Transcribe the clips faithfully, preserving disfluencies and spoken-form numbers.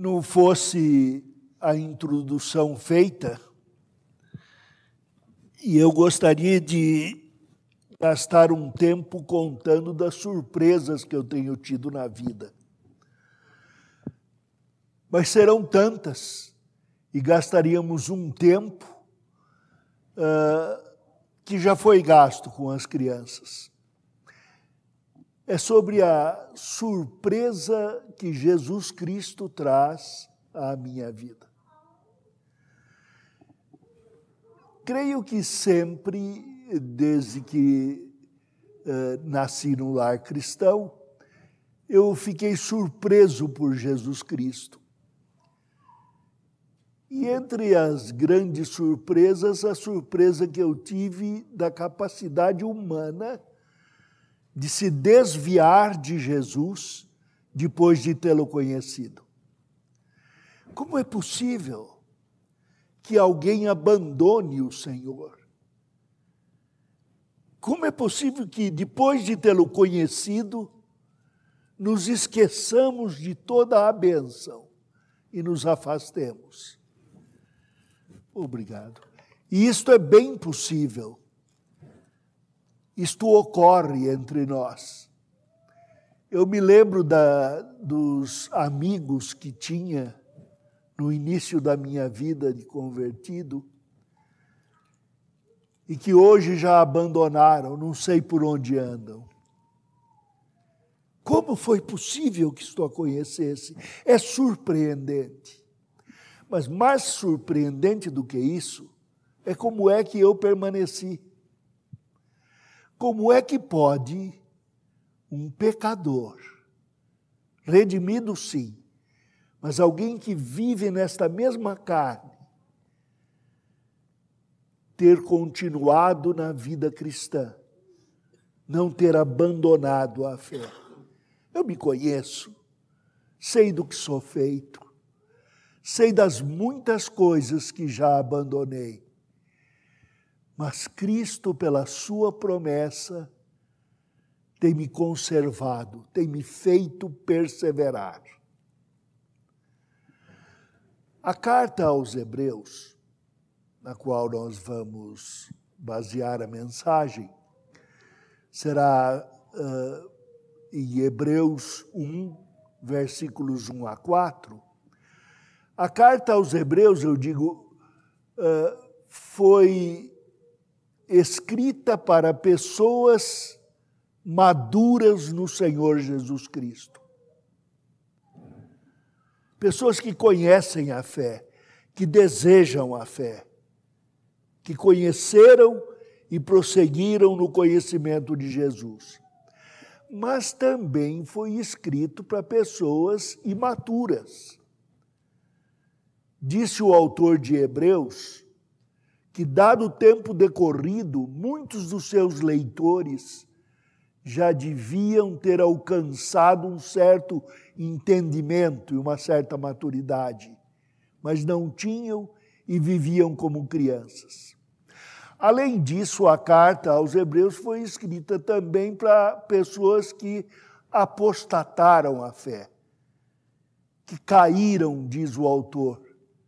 não fosse a introdução feita, e eu gostaria de gastar um tempo contando das surpresas que eu tenho tido na vida. Mas serão tantas, e gastaríamos um tempo uh, que já foi gasto com as crianças. É sobre a surpresa que Jesus Cristo traz à minha vida. Creio que sempre, desde que uh, nasci no lar cristão, eu fiquei surpreso por Jesus Cristo. E entre as grandes surpresas, a surpresa que eu tive da capacidade humana de se desviar de Jesus depois de tê-lo conhecido. Como é possível que alguém abandone o Senhor? Como é possível que, depois de tê-lo conhecido, nos esqueçamos de toda a bênção e nos afastemos? Obrigado. E isto é bem possível. Isto ocorre entre nós. Eu me lembro da, dos amigos que tinha no início da minha vida de convertido e que hoje já abandonaram, não sei por onde andam. Como foi possível que isto acontecesse? É surpreendente. Mas mais surpreendente do que isso é como é que eu permaneci. Como é que pode um pecador, redimido sim, mas alguém que vive nesta mesma carne, ter continuado na vida cristã, não ter abandonado a fé? Eu me conheço, sei do que sou feito, sei das muitas coisas que já abandonei. Mas Cristo, pela sua promessa, tem me conservado, tem me feito perseverar. A carta aos Hebreus, na qual nós vamos basear a mensagem, será uh, em Hebreus um, versículos um a quatro. A carta aos Hebreus, eu digo, uh, foi escrita para pessoas maduras no Senhor Jesus Cristo. Pessoas que conhecem a fé, que desejam a fé, que conheceram e prosseguiram no conhecimento de Jesus. Mas também foi escrito para pessoas imaturas. Disse o autor de Hebreus que, dado o tempo decorrido, muitos dos seus leitores já deviam ter alcançado um certo entendimento e uma certa maturidade, mas não tinham e viviam como crianças. Além disso, a carta aos Hebreus foi escrita também para pessoas que apostataram a fé, que caíram, diz o autor.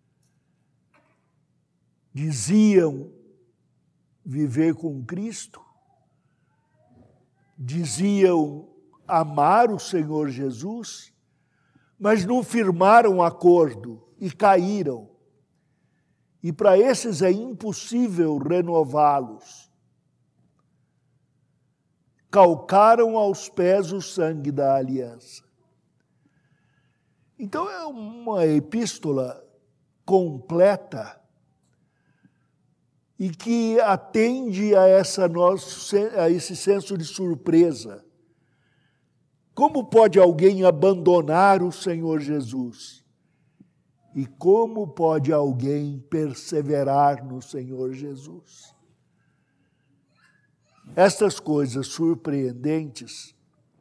Diziam viver com Cristo, diziam amar o Senhor Jesus, mas não firmaram acordo e caíram. E para esses é impossível renová-los. Calcaram aos pés o sangue da aliança. Então é uma epístola completa e que atende a, essa nosso, a esse senso de surpresa. Como pode alguém abandonar o Senhor Jesus? E como pode alguém perseverar no Senhor Jesus? Estas coisas surpreendentes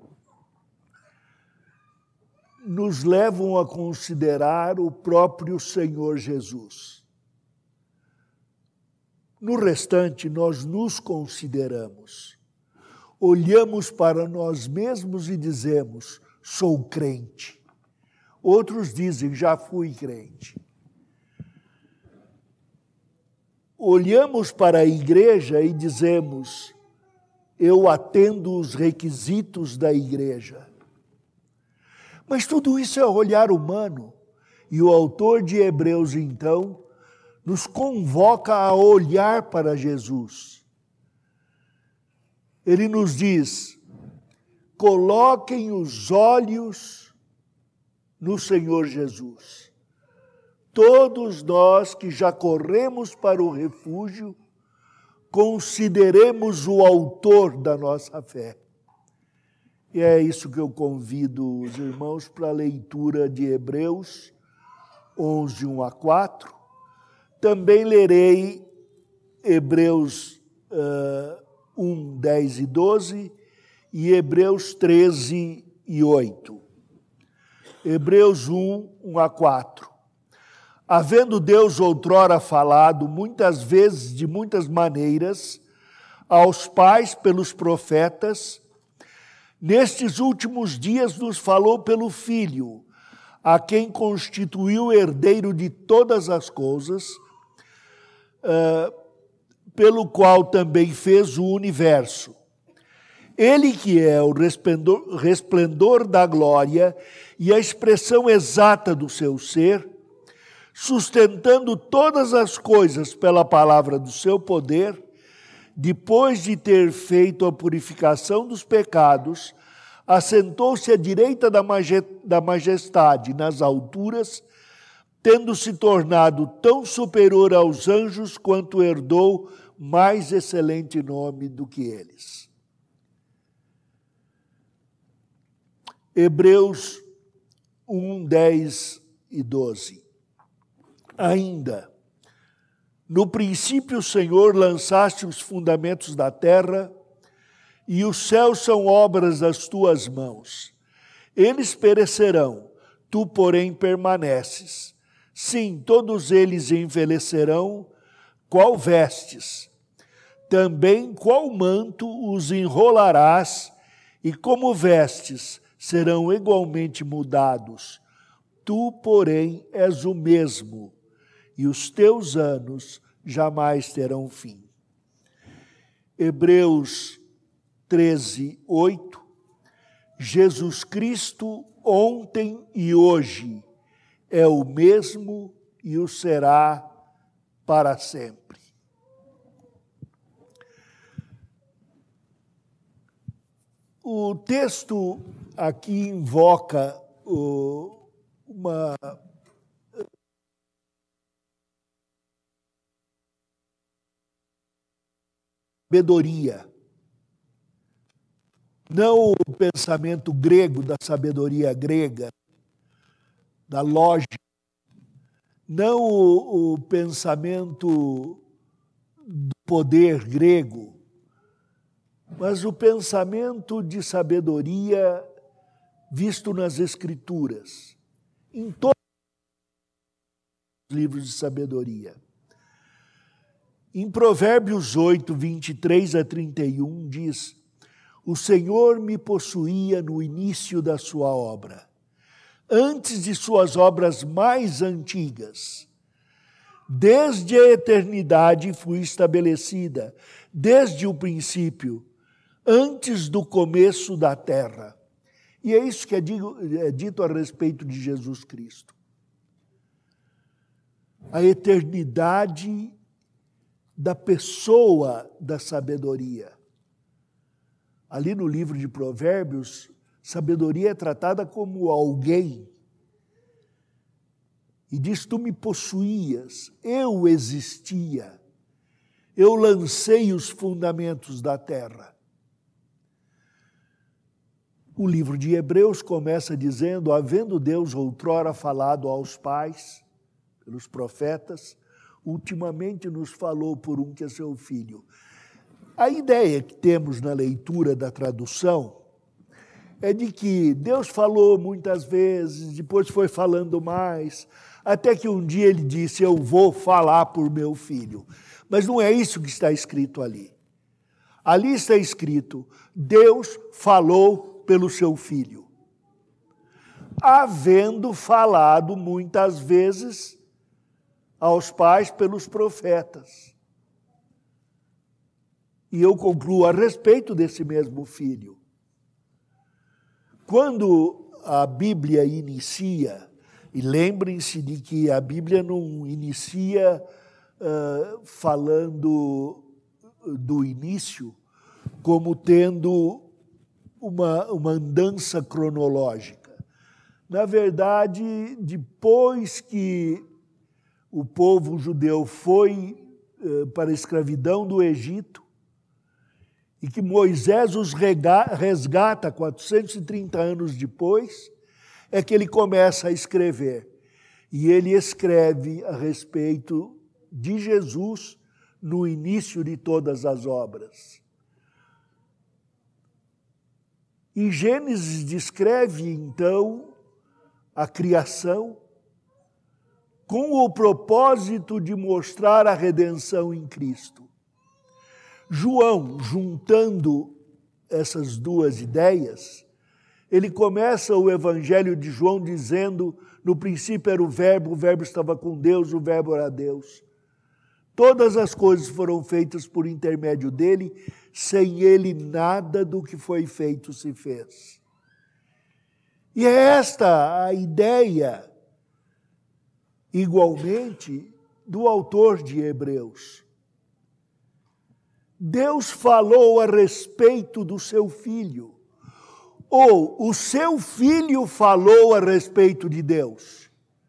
nos levam a considerar o próprio Senhor Jesus. No restante, nós nos consideramos. Olhamos para nós mesmos e dizemos, sou crente. Outros dizem, já fui crente. Olhamos para a igreja e dizemos, eu atendo os requisitos da igreja. Mas tudo isso é olhar humano. E o autor de Hebreus, então, nos convoca a olhar para Jesus. Ele nos diz, coloquem os olhos no Senhor Jesus. Todos nós que já corremos para o refúgio, consideremos o autor da nossa fé. E é isso que eu convido os irmãos para a leitura de Hebreus onze, um a quatro. Também lerei Hebreus uh, um, dez e doze e Hebreus treze e oito. Hebreus um, um a quatro. Havendo Deus outrora falado, muitas vezes, de muitas maneiras, aos pais pelos profetas, nestes últimos dias nos falou pelo Filho, a quem constituiu herdeiro de todas as coisas, uh, pelo qual também fez o universo. Ele que é o resplendor, resplendor da glória e a expressão exata do seu ser, sustentando todas as coisas pela palavra do seu poder, depois de ter feito a purificação dos pecados, assentou-se à direita da majestade nas alturas, tendo se tornado tão superior aos anjos quanto herdou mais excelente nome do que eles. Hebreus um, dez e doze. Ainda, no princípio, Senhor, lançaste os fundamentos da terra, e os céus são obras das tuas mãos. Eles perecerão, tu, porém, permaneces. Sim, todos eles envelhecerão, qual vestes. Também qual manto os enrolarás, e como vestes serão igualmente mudados. Tu, porém, és o mesmo, e os teus anos jamais terão fim. Hebreus treze, oito. Jesus Cristo, ontem e hoje, é o mesmo e o será para sempre. O texto aqui invoca o, uma sabedoria. Não o pensamento grego, da sabedoria grega, da lógica, não o, o pensamento do poder grego, mas o pensamento de sabedoria visto nas Escrituras, em todos os livros de sabedoria. Em Provérbios oito, vinte e três a trinta e um, diz: o Senhor me possuía no início da sua obra, antes de suas obras mais antigas. Desde a eternidade fui estabelecida, desde o princípio, antes do começo da terra. E é isso que é dito a respeito de Jesus Cristo. A eternidade da pessoa da sabedoria. Ali no livro de Provérbios, sabedoria é tratada como alguém. E diz, tu me possuías, eu existia, eu lancei os fundamentos da terra. O livro de Hebreus começa dizendo, havendo Deus outrora falado aos pais, pelos profetas, ultimamente nos falou por um que é seu Filho. A ideia que temos na leitura da tradução é de que Deus falou muitas vezes, depois foi falando mais, até que um dia ele disse, eu vou falar por meu filho. Mas não é isso que está escrito ali. Ali está escrito, Deus falou pelo seu filho. havendo falado muitas vezes aos pais pelos profetas. E eu concluo a respeito desse mesmo filho. Quando a Bíblia inicia, e lembrem-se de que a Bíblia não inicia uh, falando do início como tendo uma, uma andança cronológica. Na verdade, depois que o povo judeu foi uh, para a escravidão do Egito, e que Moisés os resgata quatrocentos e trinta anos depois, é que ele começa a escrever. E ele escreve a respeito de Jesus no início de todas as obras. E Gênesis descreve, então, a criação com o propósito de mostrar a redenção em Cristo. João, juntando essas duas ideias, ele começa o Evangelho de João dizendo: no princípio era o Verbo, o Verbo estava com Deus, o Verbo era Deus. Todas as coisas foram feitas por intermédio dele, sem ele nada do que foi feito se fez. E é esta a ideia, igualmente, do autor de Hebreus. Deus falou a respeito do seu filho, ou o seu filho falou a respeito de Deus.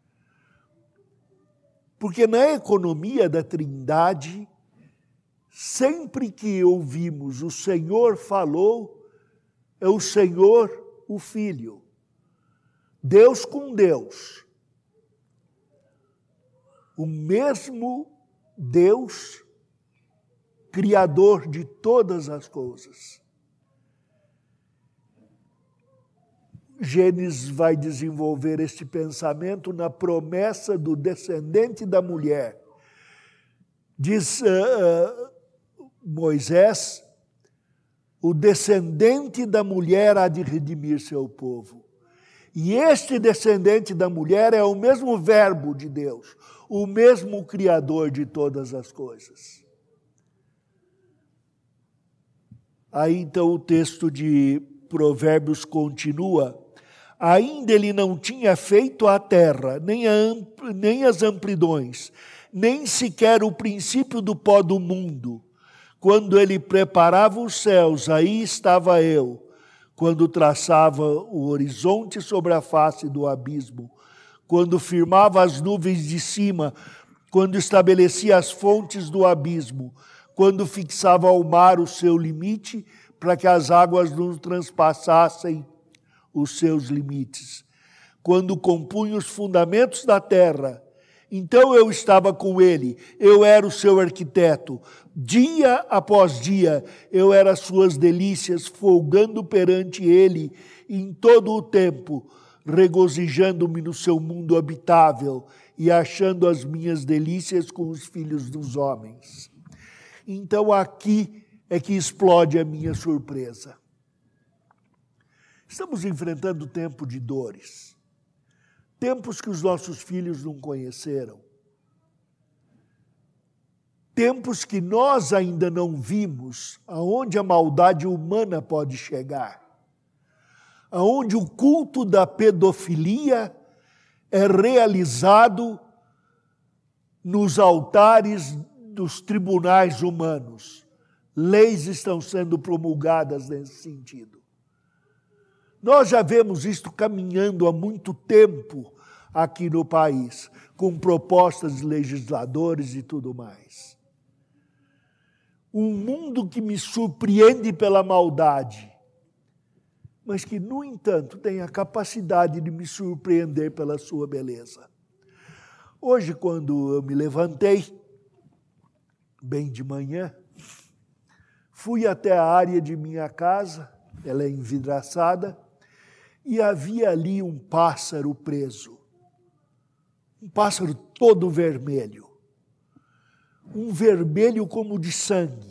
Porque na economia da Trindade, sempre que ouvimos o Senhor falou, é o Senhor o Filho. Deus com Deus. O mesmo Deus Criador de todas as coisas. Gênesis vai desenvolver este pensamento na promessa do descendente da mulher. Diz uh, uh, Moisés, o descendente da mulher há de redimir seu povo. E este descendente da mulher é o mesmo Verbo de Deus, o mesmo Criador de todas as coisas. Aí então o texto de Provérbios continua. Ainda ele não tinha feito a terra, nem, a ampl, nem as amplidões, nem sequer o princípio do pó do mundo. Quando ele preparava os céus, aí estava eu. Quando traçava o horizonte sobre a face do abismo. Quando firmava as nuvens de cima. Quando estabelecia as fontes do abismo. Quando fixava ao mar o seu limite, para que as águas não transpassassem os seus limites. Quando compunha os fundamentos da terra, então eu estava com ele, eu era o seu arquiteto. Dia após dia, eu era as suas delícias, folgando perante ele em todo o tempo, regozijando-me no seu mundo habitável e achando as minhas delícias com os filhos dos homens. Então aqui é que explode a minha surpresa. Estamos enfrentando tempo de dores, tempos que os nossos filhos não conheceram, tempos que nós ainda não vimos aonde a maldade humana pode chegar, aonde o culto da pedofilia é realizado nos altares dos tribunais humanos. Leis estão sendo promulgadas nesse sentido. Nós já vemos isto caminhando há muito tempo aqui no país, com propostas de legisladores e tudo mais. Um mundo que me surpreende pela maldade, mas que, no entanto, tem a capacidade de me surpreender pela sua beleza. Hoje, quando eu me levantei, bem de manhã, fui até a área de minha casa, ela é envidraçada, e havia ali um pássaro preso. Um pássaro todo vermelho. Um vermelho como de sangue.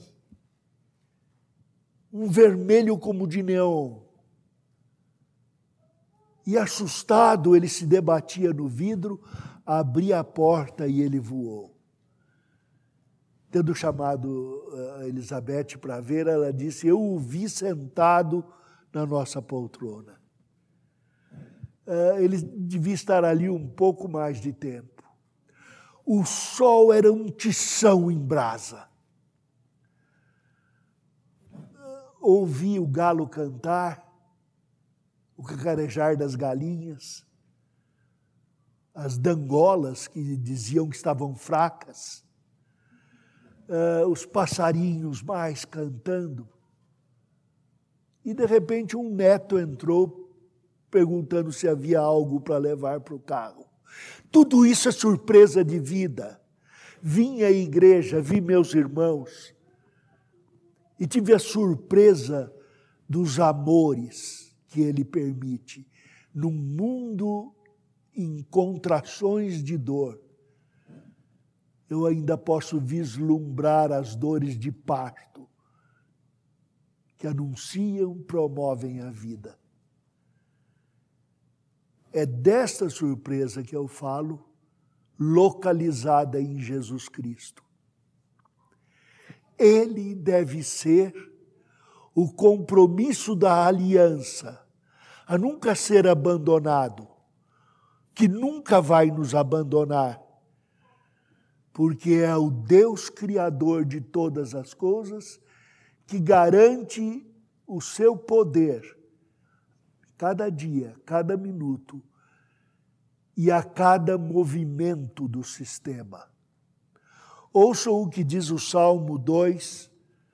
Um vermelho como de neon. E assustado, ele se debatia no vidro, abria a porta e ele voou. Tendo chamado a Elizabeth para ver, ela disse, eu o vi sentado na nossa poltrona. Ele devia estar ali um pouco mais de tempo. O sol era um tição em brasa. Ouvi o galo cantar, o cacarejar das galinhas, as dangolas que diziam que estavam fracas, uh, os passarinhos mais cantando. E, de repente, um neto entrou perguntando se havia algo para levar para o carro. Tudo isso é surpresa de vida. Vim à igreja, vi meus irmãos e tive a surpresa dos amores que Ele permite num mundo em contrações de dor. Eu ainda posso vislumbrar as dores de parto que anunciam, promovem a vida. É desta surpresa que eu falo, localizada em Jesus Cristo. Ele deve ser o compromisso da aliança, a nunca ser abandonado, que nunca vai nos abandonar, porque é o Deus Criador de todas as coisas que garante o seu poder cada dia, cada minuto e a cada movimento do sistema. Ouçam o que diz o Salmo dois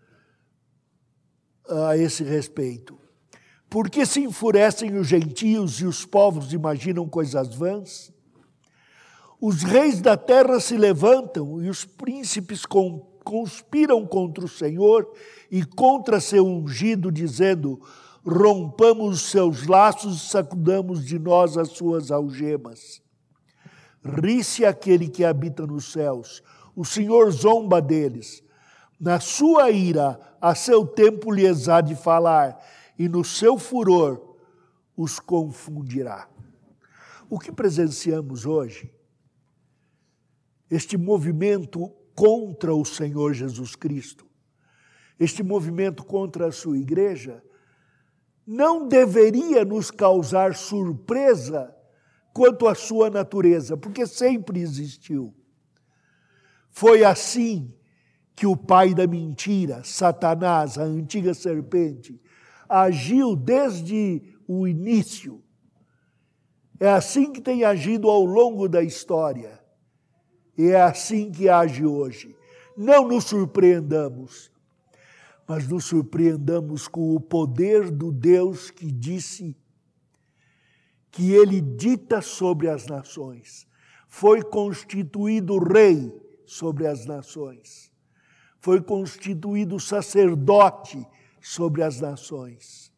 a esse respeito. Por que se enfurecem os gentios e os povos imaginam coisas vãs? Os reis da terra se levantam e os príncipes conspiram contra o Senhor e contra seu ungido, dizendo, rompamos os seus laços e sacudamos de nós as suas algemas. Ri-se aquele que habita nos céus, o Senhor zomba deles. Na sua ira, a seu tempo lhes há de falar, e no seu furor os confundirá. O que presenciamos hoje, este movimento contra o Senhor Jesus Cristo, este movimento contra a sua igreja, não deveria nos causar surpresa quanto à sua natureza, porque sempre existiu. Foi assim que o pai da mentira, Satanás, a antiga serpente, agiu desde o início. É assim que tem agido ao longo da história. E é assim que age hoje. Não nos surpreendamos, mas nos surpreendamos com o poder do Deus que disse que Ele dita sobre as nações. Foi constituído rei sobre as nações. Foi constituído sacerdote sobre as nações.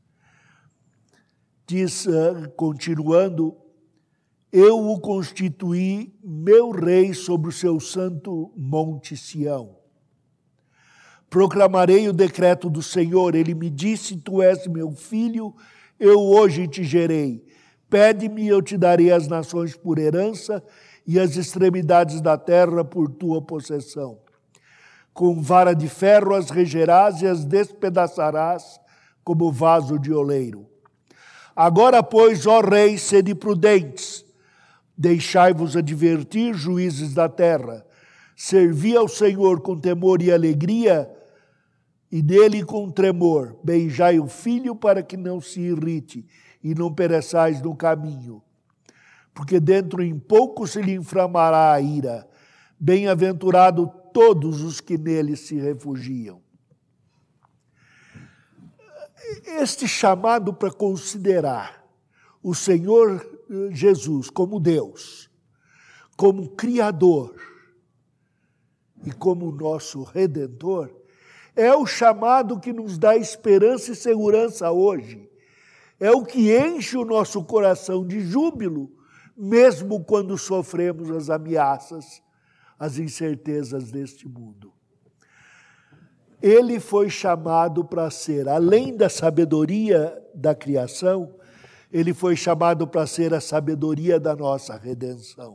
Diz, uh, continuando, eu o constituí meu rei sobre o seu santo monte Sião. Proclamarei o decreto do Senhor. Ele me disse, tu és meu filho, eu hoje te gerei. Pede-me e eu te darei as nações por herança e as extremidades da terra por tua possessão. Com vara de ferro as regerás e as despedaçarás como vaso de oleiro. Agora, pois, ó reis, sede prudentes, deixai-vos advertir, juízes da terra. Servi ao Senhor com temor e alegria, e dele com tremor. Beijai o filho para que não se irrite, e não pereçais no caminho. Porque dentro em pouco se lhe inflamará a ira. Bem-aventurado todos os que nele se refugiam. Este chamado para considerar o Senhor Jesus como Deus, como Criador e como nosso Redentor, é o chamado que nos dá esperança e segurança hoje. É o que enche o nosso coração de júbilo, mesmo quando sofremos as ameaças, as incertezas deste mundo. Ele foi chamado para ser, além da sabedoria da criação, Ele foi chamado para ser a sabedoria da nossa redenção.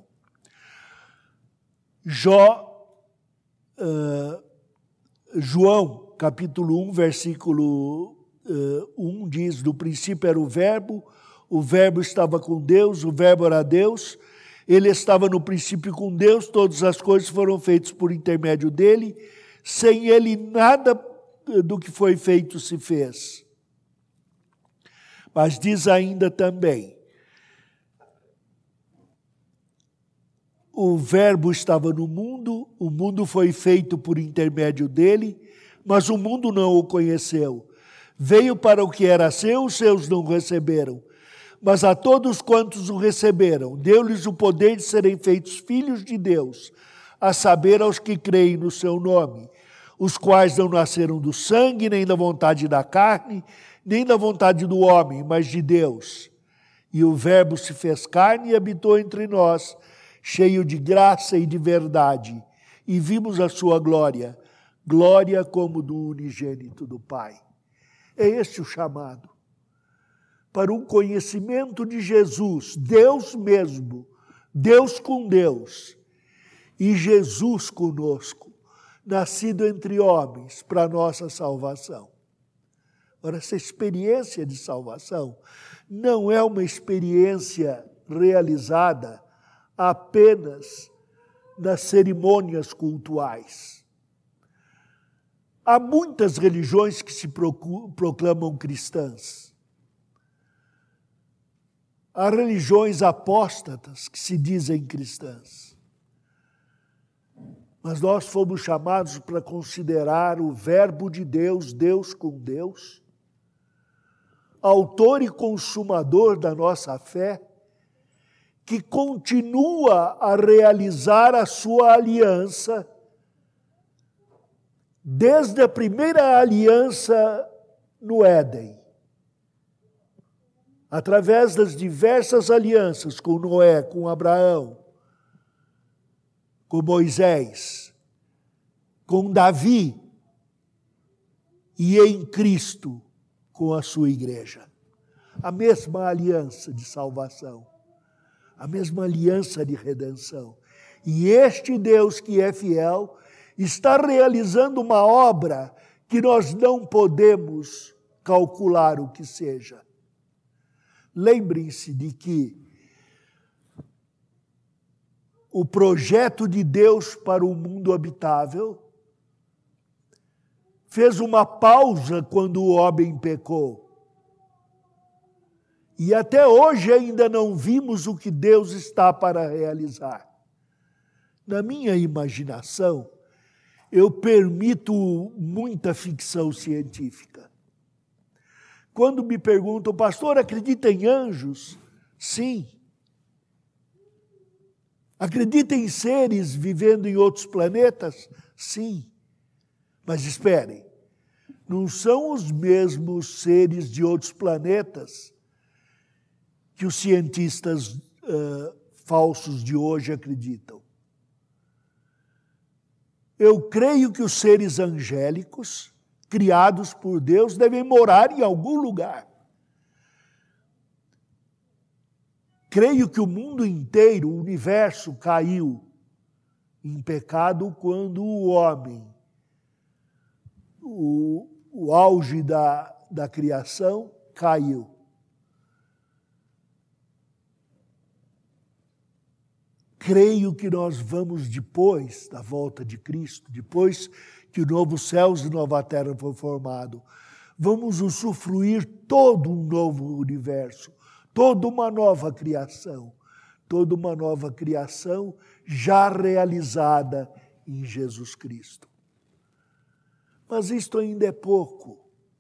Jó, uh, João, capítulo um, versículo uh, um, diz: no princípio era o verbo, o verbo estava com Deus, o verbo era Deus, ele estava no princípio com Deus, todas as coisas foram feitas por intermédio dele, sem ele nada do que foi feito se fez. Mas diz ainda também, o verbo estava no mundo, o mundo foi feito por intermédio dele, mas o mundo não o conheceu. Veio para o que era seu, os seus não receberam. Mas a todos quantos o receberam, deu-lhes o poder de serem feitos filhos de Deus, a saber, aos que creem no seu nome, os quais não nasceram do sangue, nem da vontade da carne, nem da vontade do homem, mas de Deus. E o verbo se fez carne e habitou entre nós, cheio de graça e de verdade, e vimos a sua glória, glória como do unigênito do Pai. É esse o chamado, para um conhecimento de Jesus, Deus mesmo, Deus com Deus, e Jesus conosco, nascido entre homens, para a nossa salvação. Ora, essa experiência de salvação não é uma experiência realizada apenas nas cerimônias cultuais. Há muitas religiões que se proclamam cristãs. Há religiões apóstatas que se dizem cristãs. Mas nós fomos chamados para considerar o verbo de Deus, Deus com Deus, autor e consumador da nossa fé, que continua a realizar a sua aliança, desde a primeira aliança no Éden, através das diversas alianças com Noé, com Abraão, com Moisés, com Davi e em Cristo com a sua igreja. A mesma aliança de salvação, a mesma aliança de redenção. E este Deus que é fiel está realizando uma obra que nós não podemos calcular o que seja. Lembrem-se de que o projeto de Deus para o mundo habitável fez uma pausa quando o homem pecou. E até hoje ainda não vimos o que Deus está para realizar. Na minha imaginação, eu permito muita ficção científica. Quando me perguntam, pastor, acredita em anjos? Sim. Acredita em seres vivendo em outros planetas? Sim. Mas esperem, não são os mesmos seres de outros planetas que os cientistas uh, falsos de hoje acreditam. Eu creio que os seres angélicos, criados por Deus, devem morar em algum lugar. Creio que o mundo inteiro, o universo, caiu em pecado quando o homem, o, o auge da, da criação, caiu. Creio que nós vamos, depois da volta de Cristo, depois que o novo céus e nova terra for formado, vamos usufruir todo um novo universo, toda uma nova criação, toda uma nova criação já realizada em Jesus Cristo. Mas isto ainda é pouco.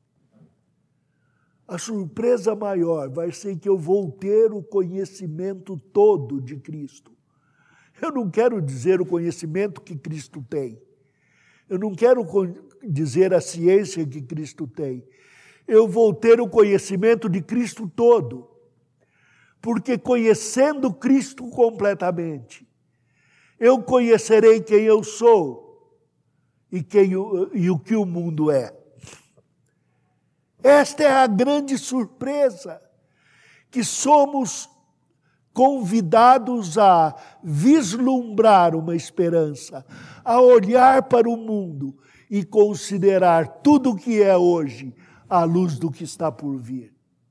A surpresa maior vai ser que eu vou ter o conhecimento todo de Cristo. Eu não quero dizer o conhecimento que Cristo tem. Eu não quero dizer a ciência que Cristo tem. Eu vou ter o conhecimento de Cristo todo. Porque conhecendo Cristo completamente, eu conhecerei quem eu sou e, quem, e o que o mundo é. Esta é a grande surpresa que somos convidados a vislumbrar uma esperança, a olhar para o mundo e considerar tudo o que é hoje à luz do que está por vir.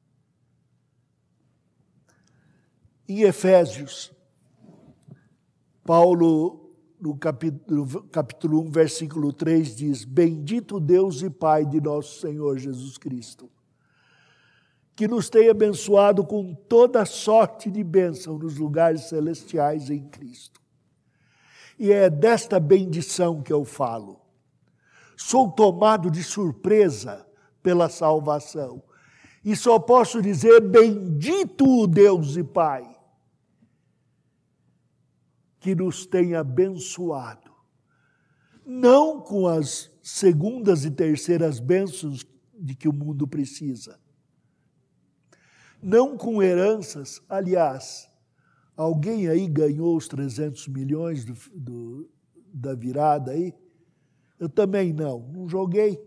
Em Efésios, Paulo, no capítulo, capítulo um, versículo três, diz: Bendito Deus e Pai de nosso Senhor Jesus Cristo, que nos tem abençoado com toda sorte de bênção nos lugares celestiais em Cristo. E é desta bendição que eu falo. Sou tomado de surpresa pela salvação. E só posso dizer: bendito o Deus e Pai, que nos tem abençoado, não com as segundas e terceiras bênçãos de que o mundo precisa, não com heranças. Aliás, alguém aí ganhou os trezentos milhões do, do, da virada aí? Eu também não, não joguei.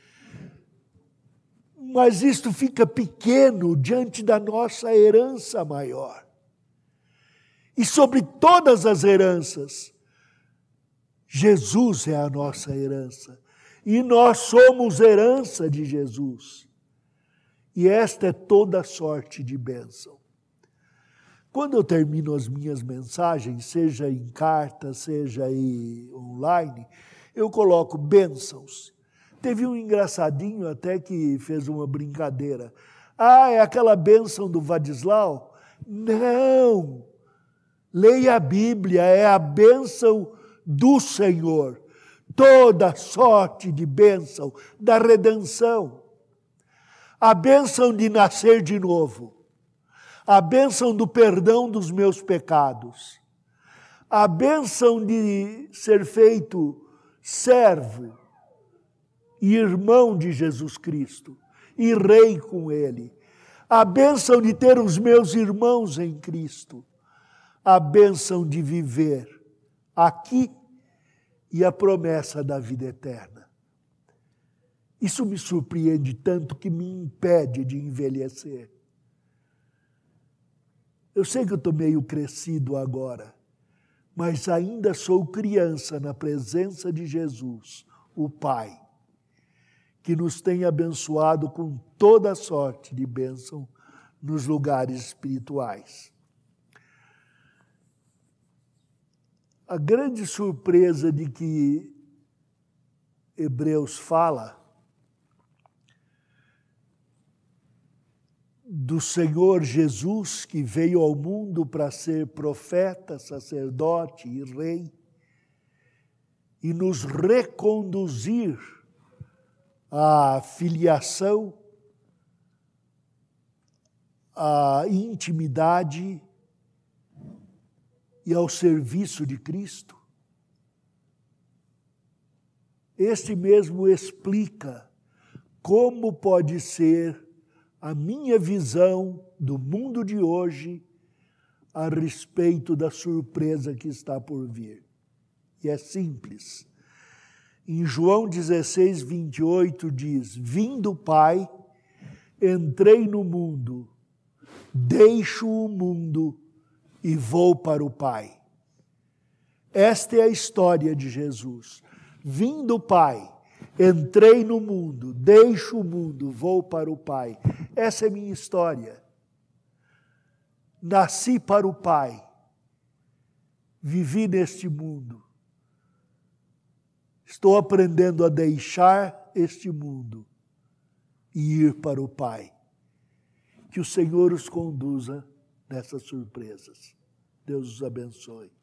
Mas isto fica pequeno diante da nossa herança maior. E sobre todas as heranças, Jesus é a nossa herança. E nós somos herança de Jesus. E esta é toda sorte de bênção. Quando eu termino as minhas mensagens, seja em carta, seja aí online, eu coloco bênçãos. Teve um engraçadinho até que fez uma brincadeira. Ah, é aquela bênção do Vadislau? Não! Leia a Bíblia, é a bênção do Senhor. Toda sorte de bênção da redenção. A bênção de nascer de novo. A bênção do perdão dos meus pecados. A bênção de ser feito servo e irmão de Jesus Cristo e rei com Ele. A bênção de ter os meus irmãos em Cristo. A bênção de viver aqui e a promessa da vida eterna. Isso me surpreende tanto que me impede de envelhecer. Eu sei que eu estou meio crescido agora, mas ainda sou criança na presença de Jesus, o Pai, que nos tem abençoado com toda sorte de bênção nos lugares espirituais. A grande surpresa de que Hebreus fala do Senhor Jesus, que veio ao mundo para ser profeta, sacerdote e rei, e nos reconduzir à filiação, à intimidade e ao serviço de Cristo. Este mesmo explica como pode ser a minha visão do mundo de hoje a respeito da surpresa que está por vir. E é simples. Em João dezesseis, vinte e oito diz: Vindo Pai, entrei no mundo, deixo o mundo e vou para o Pai. Esta é a história de Jesus. Vindo Pai, entrei no mundo, deixo o mundo, vou para o Pai. Essa é minha história. Nasci para o Pai. Vivi neste mundo. Estou aprendendo a deixar este mundo e ir para o Pai. Que o Senhor os conduza nessas surpresas. Deus os abençoe.